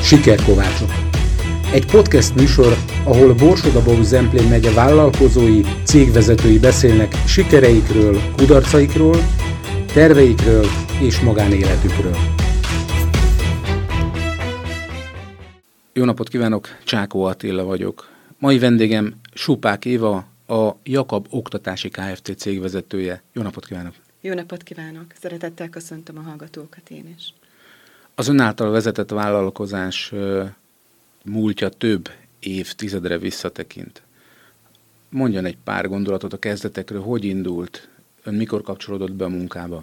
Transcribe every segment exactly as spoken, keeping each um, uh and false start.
Sikerkovácsok. Egy podcast műsor, ahol Borsod-Abaúj-Zemplén megye vállalkozói, cégvezetői beszélnek sikereikről, kudarcaikról, terveikről és magánéletükről. Jó napot kívánok, Csákó Attila vagyok. Mai vendégem Supák Éva, a Jakab Oktatási Kft. Cégvezetője. Jó napot kívánok! Jó napot kívánok! Szeretettel köszöntöm a hallgatókat én is. Az ön által vezetett vállalkozás múltja több évtizedre visszatekint. Mondjon egy pár gondolatot a kezdetekről, hogy indult, ön mikor kapcsolódott be a munkába?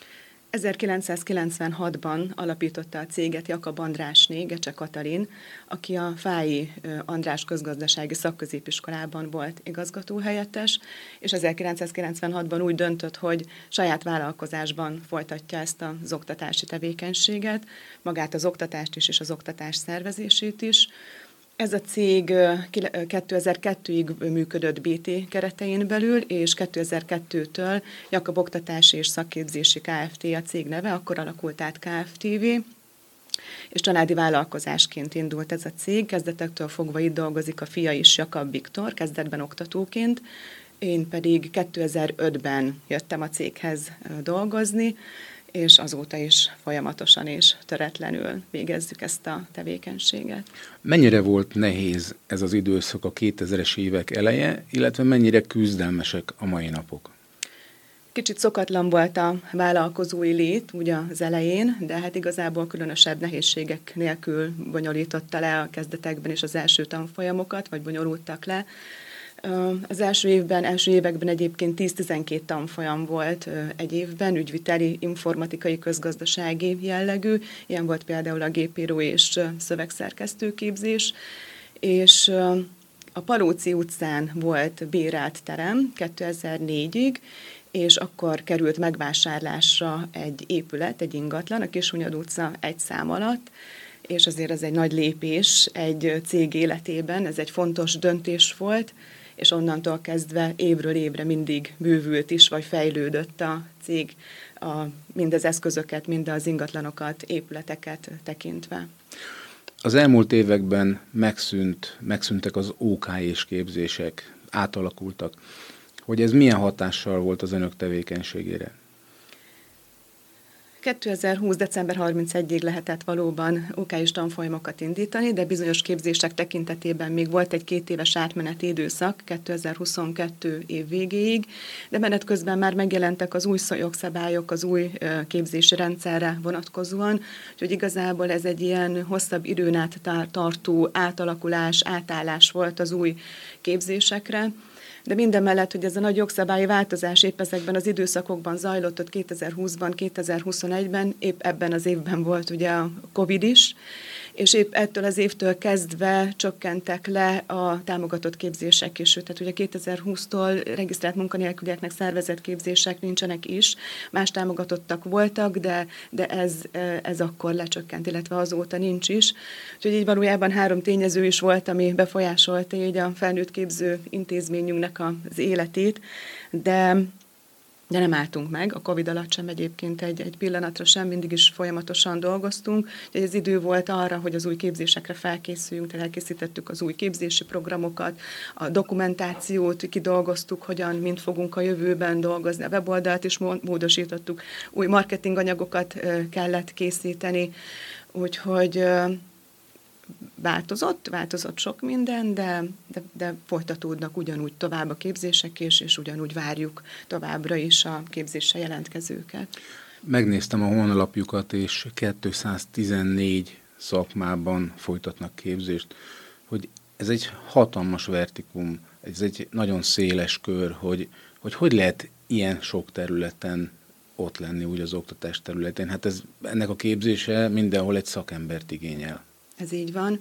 ezerkilencszázkilencvenhatban alapította a céget Jakab Andrásné, Gecse Katalin, aki a Fályi András Közgazdasági Szakközépiskolában volt igazgatóhelyettes, és ezerkilencszázkilencvenhatban úgy döntött, hogy saját vállalkozásban folytatja ezt az oktatási tevékenységet, magát az oktatást is és az oktatás szervezését is. Ez a cég kétezer-kettőig működött bé té keretein belül, és kétezer-kettőtől Jakab Oktatási és Szakképzési Kft. A cég neve, akkor alakult át ká ef té vé, és családi vállalkozásként indult ez a cég. Kezdetektől fogva itt dolgozik a fia is, Jakab Viktor, kezdetben oktatóként, én pedig kétezer-ötben jöttem a céghez dolgozni, és azóta is folyamatosan és töretlenül végezzük ezt a tevékenységet. Mennyire volt nehéz ez az időszak a kétezres évek eleje, illetve mennyire küzdelmesek a mai napok? Kicsit szokatlan volt a vállalkozói lét ugye az elején, de hát igazából különösebb nehézségek nélkül bonyolította le a kezdetekben is az első tanfolyamokat, vagy bonyolultak le. Az első évben, első években egyébként tíz-tizenkét tanfolyam volt egy évben, ügyviteli, informatikai, közgazdasági jellegű. Ilyen volt például a gépíró és szövegszerkesztő képzés, és a Palóci utcán volt bérelt terem kétezer-négyig, és akkor került megvásárlásra egy épület, egy ingatlan, a Kishunyad utca egy szám alatt, és azért ez egy nagy lépés egy cég életében, ez egy fontos döntés volt, és onnantól kezdve évről évre mindig bővült is, vagy fejlődött a cég, a, mind az eszközöket, mind az ingatlanokat, épületeket tekintve. Az elmúlt években megszűnt, megszűntek az ó ká és képzések, átalakultak. Hogy ez milyen hatással volt az önök tevékenységére? kétezer-húsz. december harmincegyedikéig lehetett valóban ó ká és tanfolyamokat indítani, de bizonyos képzések tekintetében még volt egy két éves átmeneti időszak kétezer-huszonkettő év végéig, de menet közben már megjelentek az új jogszabályok az új képzési rendszerre vonatkozóan, úgyhogy igazából ez egy ilyen hosszabb időn át tartó átalakulás, átállás volt az új képzésekre. De minden mellett, hogy ez a nagy jogszabályi változás épp ezekben az időszakokban zajlott, ott kétezer-húszban, kétezer-huszonegyben, épp ebben az évben volt ugye a Covid is, és épp ettől az évtől kezdve csökkentek le a támogatott képzések is, tehát ugye kétezer-húsztól regisztrált munkanélkülieknek szervezett képzések nincsenek is, más támogatottak voltak, de, de ez, ez akkor lecsökkent, illetve azóta nincs is. Úgyhogy így valójában három tényező is volt, ami befolyásolta így a felnőtt képző intézményünknek az életét, de De nem álltunk meg, a Covid alatt sem egyébként egy, egy pillanatra sem, mindig is folyamatosan dolgoztunk. Úgyhogy ez idő volt arra, hogy az új képzésekre felkészüljünk, tehát elkészítettük az új képzési programokat, a dokumentációt kidolgoztuk, hogyan, mint fogunk a jövőben dolgozni, a weboldalt is módosítottuk, új marketinganyagokat kellett készíteni, úgyhogy változott, változott sok minden, de, de, de folytatódnak ugyanúgy tovább a képzések is, és ugyanúgy várjuk továbbra is a képzésre jelentkezőket. Megnéztem a honlapjukat, és kétszáztizennégy szakmában folytatnak képzést, hogy ez egy hatalmas vertikum, ez egy nagyon széles kör, hogy hogy, hogy lehet ilyen sok területen ott lenni úgy az oktatás területén. Hát ez, ennek a képzése mindenhol egy szakembert igényel. Ez így van.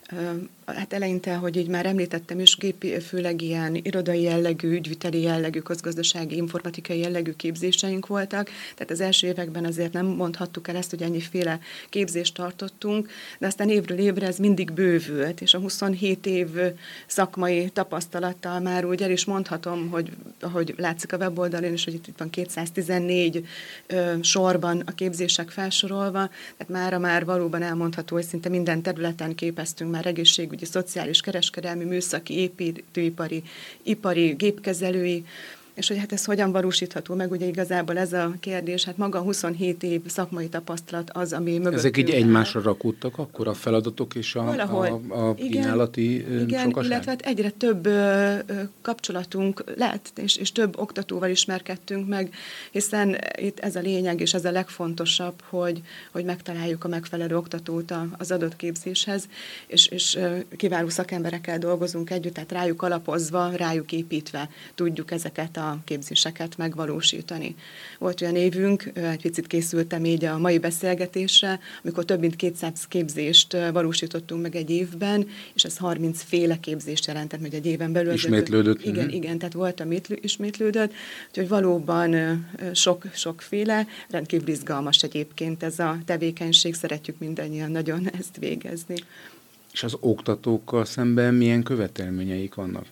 Hát eleinte, hogy így már említettem is, gépi, főleg ilyen irodai jellegű, ügyviteli jellegű, közgazdasági, informatikai jellegű képzéseink voltak. Tehát az első években azért nem mondhattuk el ezt, hogy ennyiféle képzést tartottunk, de aztán évről évre ez mindig bővült, és a huszonhét év szakmai tapasztalattal már úgy el is mondhatom, hogy ahogy látszik a weboldalon is, hogy itt van kétszáztizennégy sorban a képzések felsorolva, tehát mára már valóban elmondható, hogy szinte minden területen képeztünk már egészségügyi, szociális, kereskedelmi, műszaki, építőipari, ipari, gépkezelői, és hogy hát ez hogyan valósítható meg, ugye igazából ez a kérdés, hát maga huszonhét év szakmai tapasztalat az, ami mögött. Ezek így egymásra rakódtak akkor a feladatok és a, Valahol, a, a kínálati igen, igen, sokaság? illetve hát egyre több ö, ö, kapcsolatunk lett, és, és több oktatóval ismerkedtünk meg, hiszen itt ez a lényeg, és ez a legfontosabb, hogy, hogy megtaláljuk a megfelelő oktatót az adott képzéshez, és, és kiváló szakemberekkel dolgozunk együtt, tehát rájuk alapozva, rájuk építve tudjuk ezeket a képzéseket megvalósítani. Volt olyan évünk, egy picit készültem így a mai beszélgetésre, amikor több mint kétszáz képzést valósítottunk meg egy évben, és ez harminc féle képzést jelentett, hogy egy éven belül. Ismétlődött. Igen, uh-huh. igen, tehát volt, amit ismétlődött, úgyhogy valóban sok, sokféle, rendkívül izgalmas egyébként ez a tevékenység, szeretjük mindannyian nagyon ezt végezni. És az oktatókkal szemben milyen követelményeik vannak?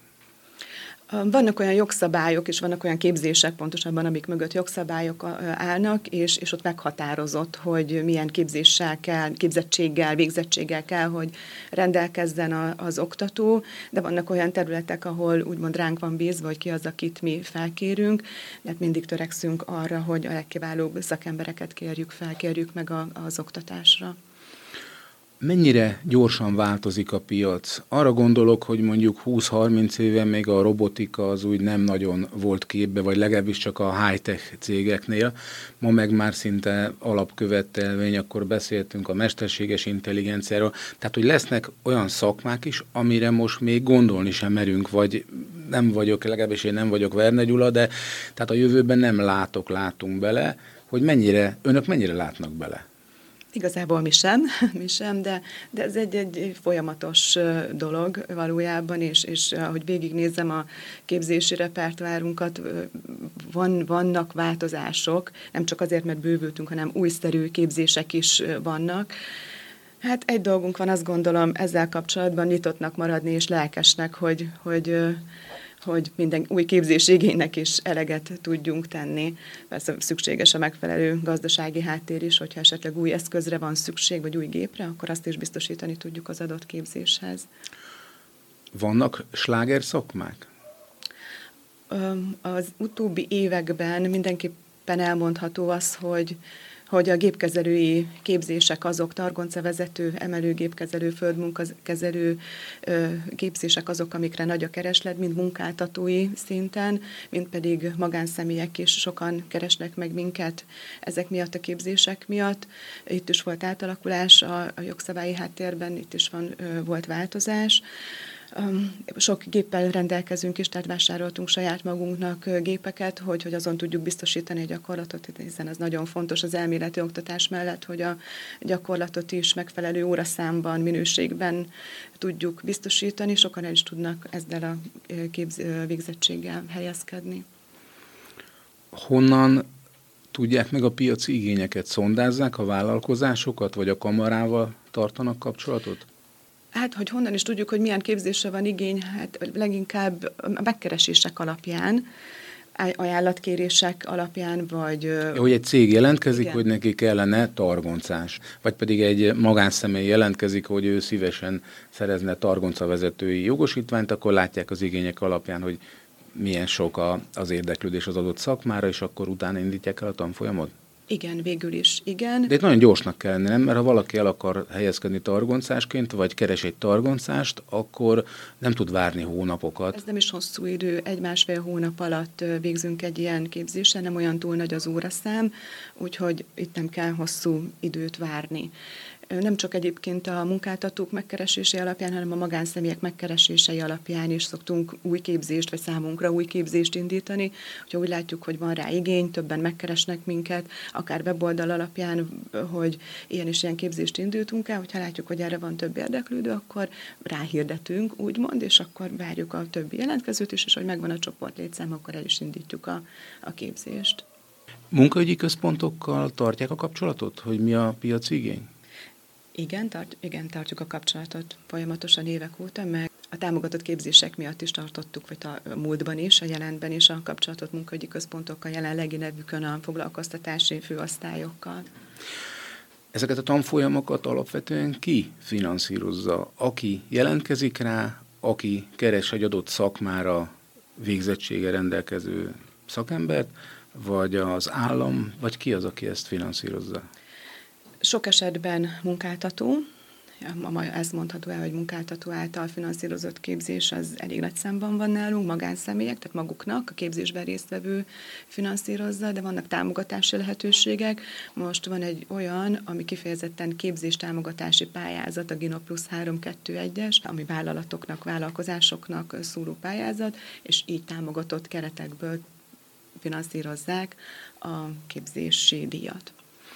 Vannak olyan jogszabályok, és vannak olyan képzések pontosabban, amik mögött jogszabályok állnak, és, és ott meghatározott, hogy milyen képzéssel kell, képzettséggel, végzettséggel kell, hogy rendelkezzen a, az oktató, de vannak olyan területek, ahol úgymond ránk van bízva, hogy ki az, akit mi felkérünk, de mindig törekszünk arra, hogy a legkiválóbb szakembereket kérjük fel, kérjük meg a, az oktatásra. Mennyire gyorsan változik a piac? Arra gondolok, hogy mondjuk húsz-harminc éve még a robotika az úgy nem nagyon volt képbe, vagy legalábbis csak a high-tech cégeknél. Ma meg már szinte alapkövetelmény, akkor beszéltünk a mesterséges intelligenciáról. Tehát, hogy lesznek olyan szakmák is, amire most még gondolni sem merünk, vagy nem vagyok, legalábbis én nem vagyok Verne Gyula, de tehát a jövőben nem látok, látunk bele, hogy mennyire, önök mennyire látnak bele? Igazából mi sem, mi sem, de, de ez egy, egy folyamatos dolog valójában, és, és ahogy végignézem a képzési repertoárunkat, van, vannak változások, nem csak azért, mert bővültünk, hanem újszerű képzések is vannak. Hát egy dolgunk van, azt gondolom, ezzel kapcsolatban nyitottnak maradni és lelkesnek, hogy, hogy hogy minden új képzés igénynek is eleget tudjunk tenni. Persze szükséges a megfelelő gazdasági háttér is, hogyha esetleg új eszközre van szükség, vagy új gépre, akkor azt is biztosítani tudjuk az adott képzéshez. Vannak sláger szakmák? Az utóbbi években mindenképpen elmondható az, hogy hogy a gépkezelői képzések azok, targoncavezető, emelőgépkezelő, földmunkakezelő képzések azok, amikre nagy a kereslet, mind munkáltatói szinten, mind pedig magánszemélyek is sokan keresnek meg minket ezek miatt a képzések miatt. Itt is volt átalakulás a, a jogszabályi háttérben, itt is van, volt változás. Sok géppel rendelkezünk is, tehát vásároltunk saját magunknak gépeket, hogy, hogy azon tudjuk biztosítani a gyakorlatot, hiszen ez nagyon fontos az elméleti oktatás mellett, hogy a gyakorlatot is megfelelő óraszámban, minőségben tudjuk biztosítani, sokan el is tudnak ezzel a képz, végzettséggel helyezkedni. Honnan tudják meg a piaci igényeket? Szondázzák a vállalkozásokat, vagy a kamarával tartanak kapcsolatot? Hát, hogy honnan is tudjuk, hogy milyen képzésre van igény, hát leginkább a megkeresések alapján, ajánlatkérések alapján, vagy... Ja, hogy egy cég jelentkezik, igen. hogy neki kellene targoncás, vagy pedig egy magánszemély jelentkezik, hogy ő szívesen szerezne targoncavezetői jogosítványt, akkor látják az igények alapján, hogy milyen sok a, az érdeklődés az adott szakmára, és akkor utána indítják el a tanfolyamot? Igen, végül is, igen. De itt nagyon gyorsnak kell lenni, nem? Mert ha valaki el akar helyezkedni targoncásként, vagy keres egy targoncást, akkor nem tud várni hónapokat. Ez nem is hosszú idő, egy-másfél hónap alatt végzünk egy ilyen képzésen, nem olyan túl nagy az óraszám, úgyhogy itt nem kell hosszú időt várni. Nem csak egyébként a munkáltatók megkeresése alapján, hanem a magánszemélyek megkeresései alapján is szoktunk új képzést, vagy számunkra új képzést indítani. Hogyha úgy látjuk, hogy van rá igény, többen megkeresnek minket, akár weboldal alapján, hogy ilyen és ilyen képzést indítunk el, hogyha látjuk, hogy erre van több érdeklődő, akkor ráhirdetünk, úgymond, és akkor várjuk a többi jelentkezőt is, és hogy megvan a csoport létszám, akkor el is indítjuk a, a képzést. Munkaügyi központokkal tartják a kapcsolatot, hogy mi a piaci igény? Igen, tart, igen, tartjuk a kapcsolatot folyamatosan évek óta, meg a támogatott képzések miatt is tartottuk, vagy a múltban is, a jelenben is a kapcsolatot munkaügyi központokkal, jelenlegi nevükön a foglalkoztatási főosztályokkal. Ezeket a tanfolyamokat alapvetően ki finanszírozza? Aki jelentkezik rá, aki keres egy adott szakmára végzettsége rendelkező szakembert, vagy az állam, vagy ki az, aki ezt finanszírozza? Sok esetben munkáltató, ez mondható el, hogy munkáltató által finanszírozott képzés az elég nagy számban van nálunk, magánszemélyek, tehát maguknak a képzésben résztvevő finanszírozza, de vannak támogatási lehetőségek. Most van egy olyan, ami kifejezetten képzés támogatási pályázat, a Gino Plus három kettő egyes, ami vállalatoknak, vállalkozásoknak szóló pályázat, és így támogatott keretekből finanszírozzák a képzési díjat.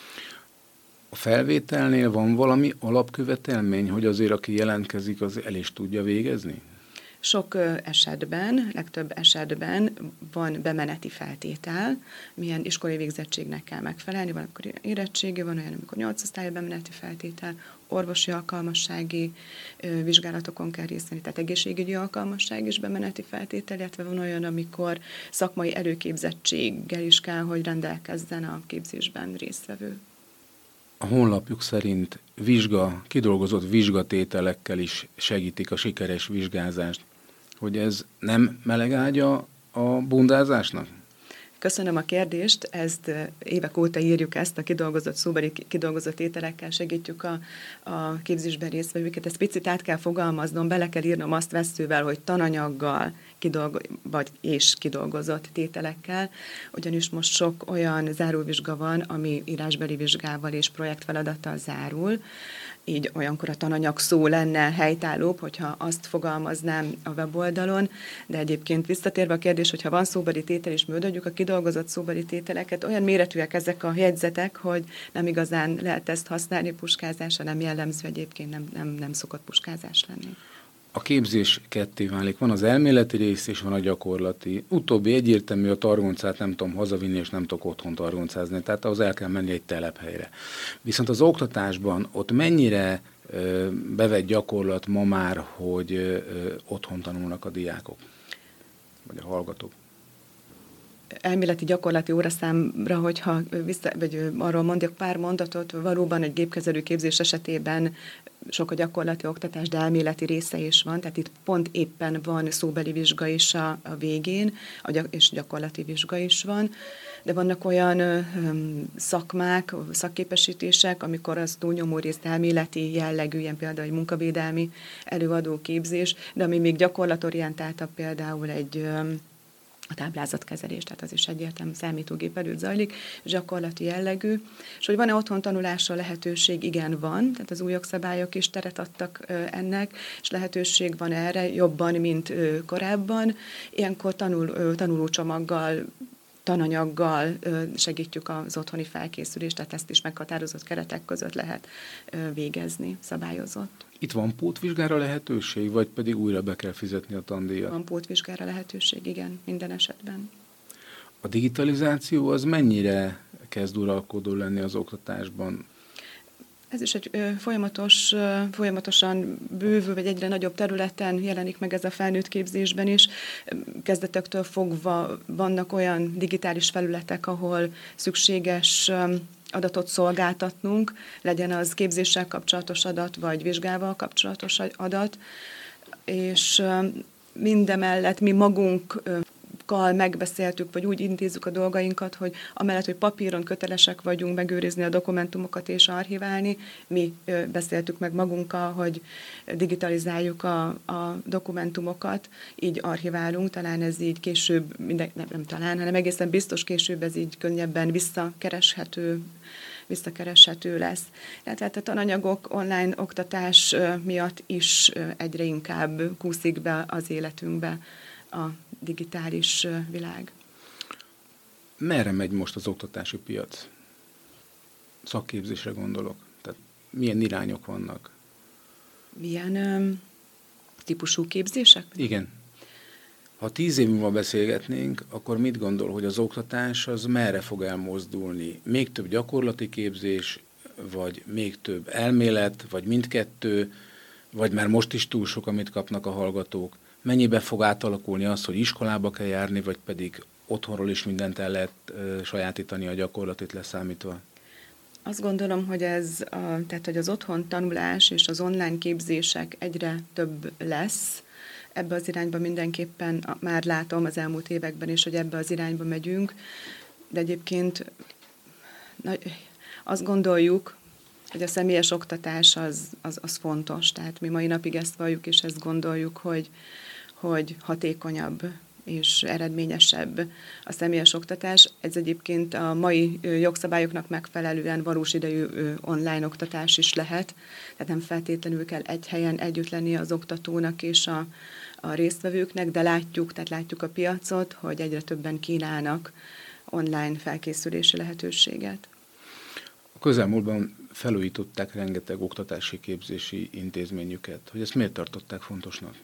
A felvételnél van valami alapkövetelmény, hogy azért aki jelentkezik, az el is tudja végezni? Sok esetben, legtöbb esetben van bemeneti feltétel, milyen iskolai végzettségnek kell megfelelni, van akkor érettségi, van olyan, amikor nyolc osztály bemeneti feltétel, orvosi alkalmassági vizsgálatokon kell részt venni, tehát egészségügyi alkalmasság is bemeneti feltétel, illetve van olyan, amikor szakmai előképzettséggel is kell, hogy rendelkezzen a képzésben résztvevő. A honlapjuk szerint vizsga, kidolgozott vizsgatételekkel is segítik a sikeres vizsgázást. Hogy ez nem melegágya a bundázásnak? Köszönöm a kérdést, ezt évek óta írjuk ezt, a kidolgozott szóbeli kidolgozott ételekkel segítjük a, a képzésben résztvevőket. Ezt picit át kell fogalmaznom, bele kell írnom azt veszővel, hogy tananyaggal kidolgo- vagy és kidolgozott tételekkel, ugyanis most sok olyan záróvizsga van, ami írásbeli vizsgával és projektfeladattal zárul, így olyankor a tananyag szó lenne helytállóbb, hogyha azt fogalmaznám a weboldalon, de egyébként visszatérve a kérdés, hogyha van szóbeli tétel és mi odaadjuk a kidolgozott szóbeli tételeket, olyan méretűek ezek a jegyzetek, hogy nem igazán lehet ezt használni puskázásra, nem jellemző egyébként, nem, nem, nem szokott puskázás lenni. A képzés ketté válik. Van az elméleti rész, és van a gyakorlati. Utóbbi egyértelmű, a targoncát nem tudom hazavinni, és nem tudok otthon targoncázni. Tehát ahhoz el kell menni egy telephelyre. Viszont az oktatásban ott mennyire ö, bevett gyakorlat ma már, hogy ö, otthon tanulnak a diákok, vagy a hallgatók? Elméleti gyakorlati óraszámra, hogyha vissza, vagy arról mondjak pár mondatot, valóban egy gépkezelő képzés esetében sok a gyakorlati oktatás, de elméleti része is van, tehát itt pont éppen van szóbeli vizsga is a, a végén, a gyak, és gyakorlati vizsga is van, de vannak olyan ö, szakmák, szakképesítések, amikor az túlnyomó részt elméleti jellegű, ilyen például egy munkavédelmi előadó képzés, de ami még gyakorlatorientáltabb, például egy ö, a táblázatkezelés, tehát az is egyértelmű számítógép előtt zajlik, gyakorlati jellegű. És hogy van-e otthon tanulásra lehetőség? Igen, van, tehát az új jogszabályok is teret adtak ennek, és lehetőség van erre jobban, mint korábban. Ilyenkor tanul, tanulócsomaggal, tananyaggal segítjük az otthoni felkészülést, tehát ezt is meghatározott keretek között lehet végezni, szabályozott. Itt van pótvizsgára lehetőség, vagy pedig újra be kell fizetni a tandíjat? Van pótvizsgára lehetőség, igen, minden esetben. A digitalizáció az mennyire kezd uralkodó lenni az oktatásban? Ez is egy ö, folyamatos, ö, folyamatosan bővül, vagy egyre nagyobb területen jelenik meg ez a felnőtt képzésben is. Kezdetektől fogva vannak olyan digitális felületek, ahol szükséges ö, adatot szolgáltatnunk, legyen az képzéssel kapcsolatos adat, vagy vizsgával kapcsolatos adat, és mindemellett mi magunkkal megbeszéltük, vagy úgy intézzük a dolgainkat, hogy amellett, hogy papíron kötelesek vagyunk megőrizni a dokumentumokat és archiválni, mi beszéltük meg magunkkal, hogy digitalizáljuk a, a dokumentumokat, így archiválunk, talán ez így később, minden, nem, nem talán, hanem egészen biztos később ez így könnyebben visszakereshető, visszakereshető lesz. Tehát a tananyagok online oktatás miatt is egyre inkább kúszik be az életünkbe a digitális világ. Merre megy most az oktatási piac? Szakképzésre gondolok. Tehát milyen irányok vannak? Milyen ö, típusú képzések? Igen. Ha tíz év múlva beszélgetnénk, akkor mit gondol, hogy az oktatás az merre fog elmozdulni? Még több gyakorlati képzés, vagy még több elmélet, vagy mindkettő, vagy már most is túl sok, amit kapnak a hallgatók? Mennyibe fog átalakulni az, hogy iskolába kell járni, vagy pedig otthonról is mindent el lehet uh, sajátítani, a gyakorlatit leszámítva? Azt gondolom, hogy ez a, tehát, hogy az otthon tanulás és az online képzések egyre több lesz. Ebbe az irányba mindenképpen már látom az elmúlt években is, hogy ebbe az irányba megyünk, de egyébként na, azt gondoljuk, hogy a személyes oktatás az, az, az fontos, tehát mi mai napig ezt valljuk, és ezt gondoljuk, hogy, hogy hatékonyabb és eredményesebb a személyes oktatás. Ez egyébként a mai jogszabályoknak megfelelően valós idejű online oktatás is lehet, tehát nem feltétlenül kell egy helyen együtt lennie az oktatónak és a, a résztvevőknek, de látjuk, tehát látjuk a piacot, hogy egyre többen kínálnak online felkészülési lehetőséget. A közelmúltban felújították rengeteg oktatási képzési intézményüket. Hogy ezt miért tartották fontosnak?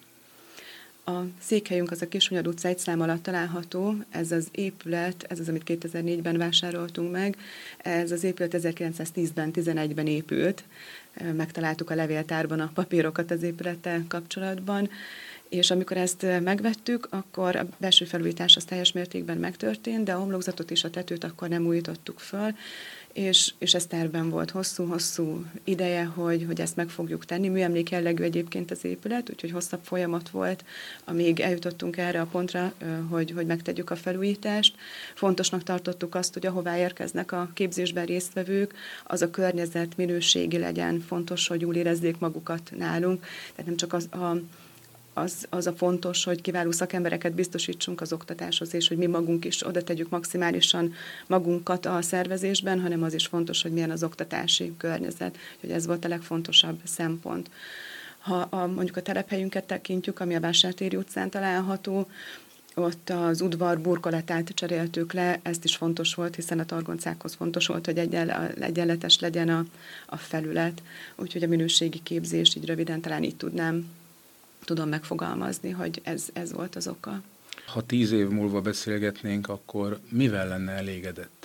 A székhelyünk az a Kishunyad utca egy szám alatt található, ez az épület, ez az, amit kétezer-négyben vásároltunk meg, ez az épület ezerkilencszáztízben, tizenegyben épült, megtaláltuk a levéltárban a papírokat az épülettel kapcsolatban, és amikor ezt megvettük, akkor a belső felújítás az teljes mértékben megtörtént, de a homlokzatot és a tetőt akkor nem újítottuk föl, és, és ez tervben volt hosszú-hosszú ideje, hogy, hogy ezt meg fogjuk tenni. Műemlék jellegű egyébként az épület, úgyhogy hosszabb folyamat volt, amíg eljutottunk erre a pontra, hogy, hogy megtegyük a felújítást. Fontosnak tartottuk azt, hogy ahová érkeznek a képzésben résztvevők, az a környezet minőségi legyen, fontos, hogy jól érezzék magukat nálunk, tehát nem csak az a Az, az a fontos, hogy kiváló szakembereket biztosítsunk az oktatáshoz, és hogy mi magunk is oda tegyük maximálisan magunkat a szervezésben, hanem az is fontos, hogy milyen az oktatási környezet. Hogy ez volt a legfontosabb szempont. Ha a, mondjuk a telephelyünket tekintjük, ami a Vásártéri utcán található, ott az udvar burkolatát cseréltük le, ezt is fontos volt, hiszen a targoncákhoz fontos volt, hogy egyenl, egyenletes legyen a, a felület. Úgyhogy a minőségi képzést így röviden talán így tudnám tudom megfogalmazni, hogy ez, ez volt az oka. Ha tíz év múlva beszélgetnénk, akkor mivel lenne elégedett?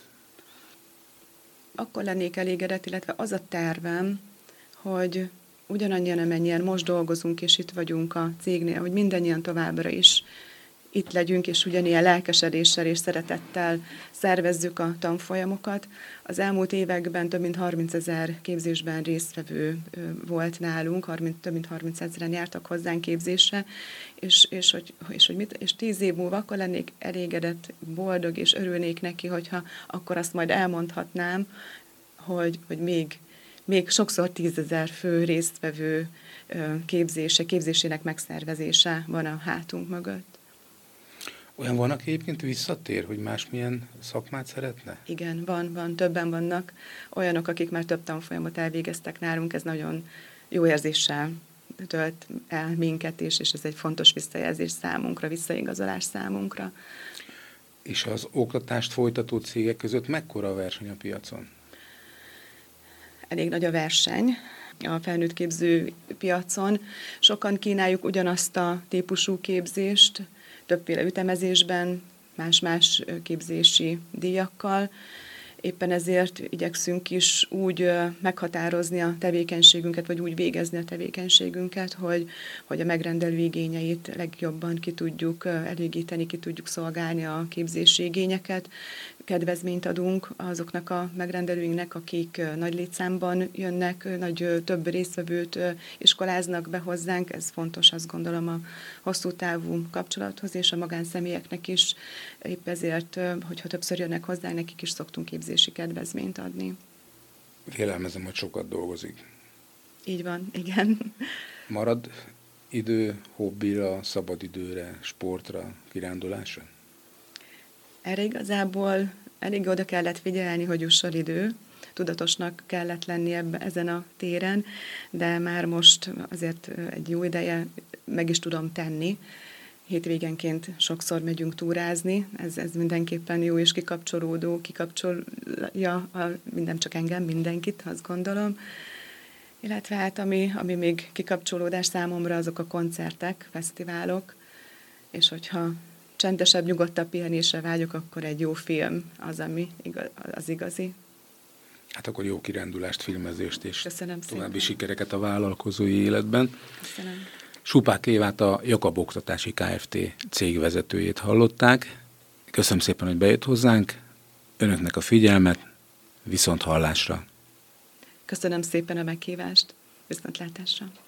Akkor lennék elégedett, illetve az a tervem, hogy ugyanannyian, amennyien most dolgozunk, és itt vagyunk a cégnél, hogy mindannyian továbbra is itt legyünk, és ugyanilyen lelkesedéssel és szeretettel szervezzük a tanfolyamokat. Az elmúlt években több mint harmincezer képzésben résztvevő volt nálunk, harminc, több mint harmincezren jártak hozzánk képzésre, és, és, hogy, és, hogy mit, és tíz év múlva akkor lennék elégedett, boldog, és örülnék neki, hogyha akkor azt majd elmondhatnám, hogy, hogy még, még sokszor tízezer fő résztvevő képzése, képzésének megszervezése van a hátunk mögött. Olyan van, aki egyébként visszatér, hogy másmilyen szakmát szeretne? Igen, van, van, többen vannak olyanok, akik már több tanfolyamot elvégeztek nálunk, ez nagyon jó érzéssel tölt el minket is, és ez egy fontos visszajelzés számunkra, visszaigazolás számunkra. És az oktatást folytató cégek között mekkora a verseny a piacon? Elég nagy a verseny a felnőtt képző piacon. Sokan kínáljuk ugyanazt a típusú képzést, többféle ütemezésben, más-más képzési díjakkal. Éppen ezért igyekszünk is úgy meghatározni a tevékenységünket, vagy úgy végezni a tevékenységünket, hogy, hogy a megrendelő igényeit legjobban ki tudjuk elégíteni, ki tudjuk szolgálni a képzési igényeket. Kedvezményt adunk azoknak a megrendelőinknek, akik nagy létszámban jönnek, nagy több résztvevőt iskoláznak be hozzánk. Ez fontos, azt gondolom, a hosszú távú kapcsolathoz, és a magánszemélyeknek is. Épp ezért, hogyha többször jönnek hozzánk, nekik is szoktunk képzési kedvezményt adni. Vélelmezem, hogy sokat dolgozik. Így van, igen. Marad idő hobbira, szabadidőre, sportra, kirándulásra? Erre igazából elég oda kellett figyelni, hogy jusson idő. tudatosnak kellett lenni ebbe, ezen a téren, de már most azért egy jó ideje meg is tudom tenni. Hétvégenként sokszor megyünk túrázni, ez, ez mindenképpen jó és kikapcsolódó, kikapcsolja a, minden csak engem, mindenkit, azt gondolom. Illetve hát ami, ami még kikapcsolódás számomra, azok a koncertek, fesztiválok, és hogyha csendesebb, nyugodtabb pihenésre vágyok, akkor egy jó film az, ami igaz, az igazi. Hát akkor jó kirándulást, filmezést és Köszönöm további szépen. sikereket a vállalkozói életben. Köszönöm. Supák Évát, a Jakab Oktatási Kft. Cégvezetőjét hallották. Köszönöm szépen, hogy bejött hozzánk. Önöknek a figyelmet, viszont hallásra. Köszönöm szépen a meghívást. Viszontlátásra.